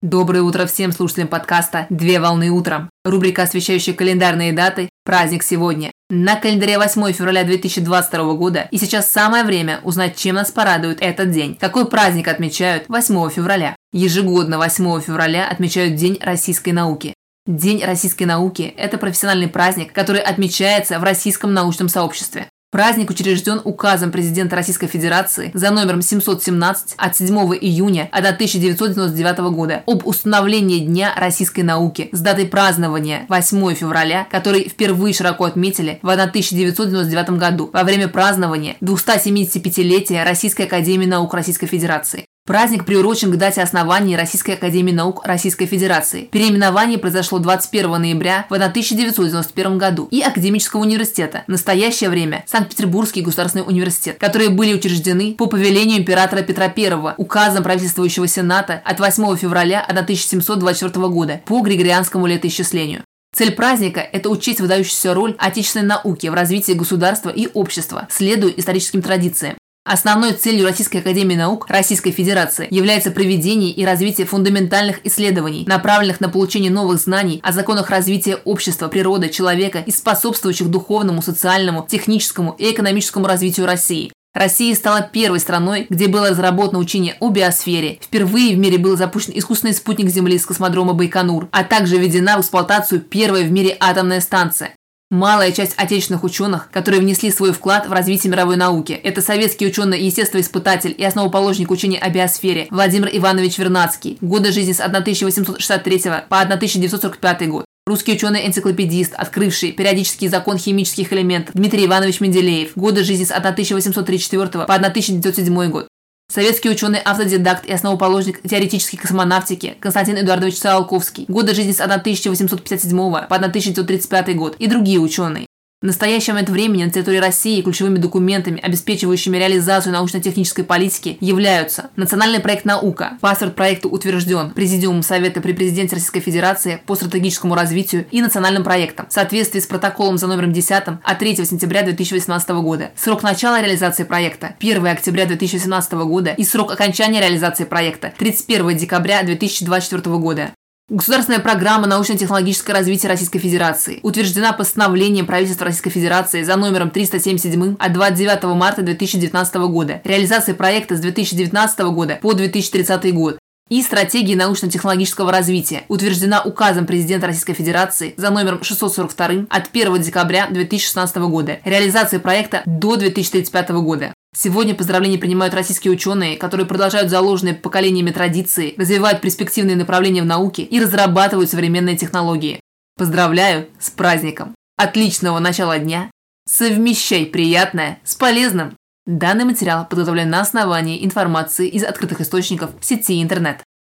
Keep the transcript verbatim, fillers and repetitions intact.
Доброе утро всем слушателям подкаста «Две волны утром». Рубрика, освещающая календарные даты «Праздник сегодня». На календаре восьмое февраля две тысячи двадцать второго года, и сейчас самое время узнать, чем нас порадует этот день. Какой праздник отмечают восьмого февраля? Ежегодно восьмого февраля отмечают День российской науки. День российской науки – это профессиональный праздник, который отмечается в российском научном сообществе. Праздник учрежден указом президента Российской Федерации за номером семьсот семнадцать от седьмого июня тысяча девятьсот девяносто девятого года об установлении Дня российской науки с датой празднования восьмого февраля, который впервые широко отметили в тысяча девятьсот девяносто девятом году во время празднования двухсотсемидесятипятилетия Российской Академии Наук Российской Федерации. Праздник приурочен к дате основания Российской Академии Наук Российской Федерации. Переименование произошло двадцать первого ноября в тысяча девятьсот девяносто первом году и Академического университета, в настоящее время Санкт-Петербургский государственный университет, которые были учреждены по повелению императора Петра Первого указом правительствующего Сената от восьмого февраля тысяча семьсот двадцать четвёртого года по Григорианскому летоисчислению. Цель праздника – это учесть выдающуюся роль отечественной науки в развитии государства и общества, следуя историческим традициям. Основной целью Российской Академии Наук Российской Федерации является проведение и развитие фундаментальных исследований, направленных на получение новых знаний о законах развития общества, природы, человека и способствующих духовному, социальному, техническому и экономическому развитию России. Россия стала первой страной, где было разработано учение о биосфере. Впервые в мире был запущен искусственный спутник Земли с космодрома Байконур, а также введена в эксплуатацию первая в мире атомная станция. Малая часть отечественных ученых, которые внесли свой вклад в развитие мировой науки, это советский ученый-естествоиспытатель и основоположник учения о биосфере Владимир Иванович Вернадский, годы жизни с тысяча восемьсот шестьдесят третьего по тысяча девятьсот сорок пятый год. Русский ученый-энциклопедист, открывший периодический закон химических элементов Дмитрий Иванович Менделеев, годы жизни с тысяча восемьсот тридцать четвёртого по тысяча девятьсот седьмой год. Советский ученый-автодидакт и основоположник теоретической космонавтики Константин Эдуардович Циолковский, годы жизни с тысяча восемьсот пятьдесят седьмого по тысяча девятьсот тридцать пятый год и другие ученые. В настоящий момент времени на территории России ключевыми документами, обеспечивающими реализацию научно-технической политики, являются национальный проект «Наука». Паспорт проекта утвержден Президиумом Совета при Президенте Российской Федерации по стратегическому развитию и национальным проектам в соответствии с протоколом за номером десятым от третьего сентября две тысячи восемнадцатого года. Срок начала реализации проекта – первого октября две тысячи восемнадцатого года и срок окончания реализации проекта – тридцать первого декабря две тысячи двадцать четвёртого года. Государственная программа научно-технологического развития Российской Федерации утверждена постановлением правительства Российской Федерации за номером триста семьдесят семь от двадцать девятого марта две тысячи девятнадцатого года. Реализация проекта с две тысячи девятнадцатого года по две тысячи тридцатый год. И стратегии научно-технологического развития утверждена указом президента Российской Федерации за номером шестьсот сорок два от первого декабря две тысячи шестнадцатого года. Реализация проекта до две тысячи тридцать пятого года. Сегодня поздравления принимают российские ученые, которые продолжают заложенные поколениями традиции, развивают перспективные направления в науке и разрабатывают современные технологии. Поздравляю с праздником! Отличного начала дня! Совмещай приятное с полезным! Данный материал подготовлен на основании информации из открытых источников в сети интернет.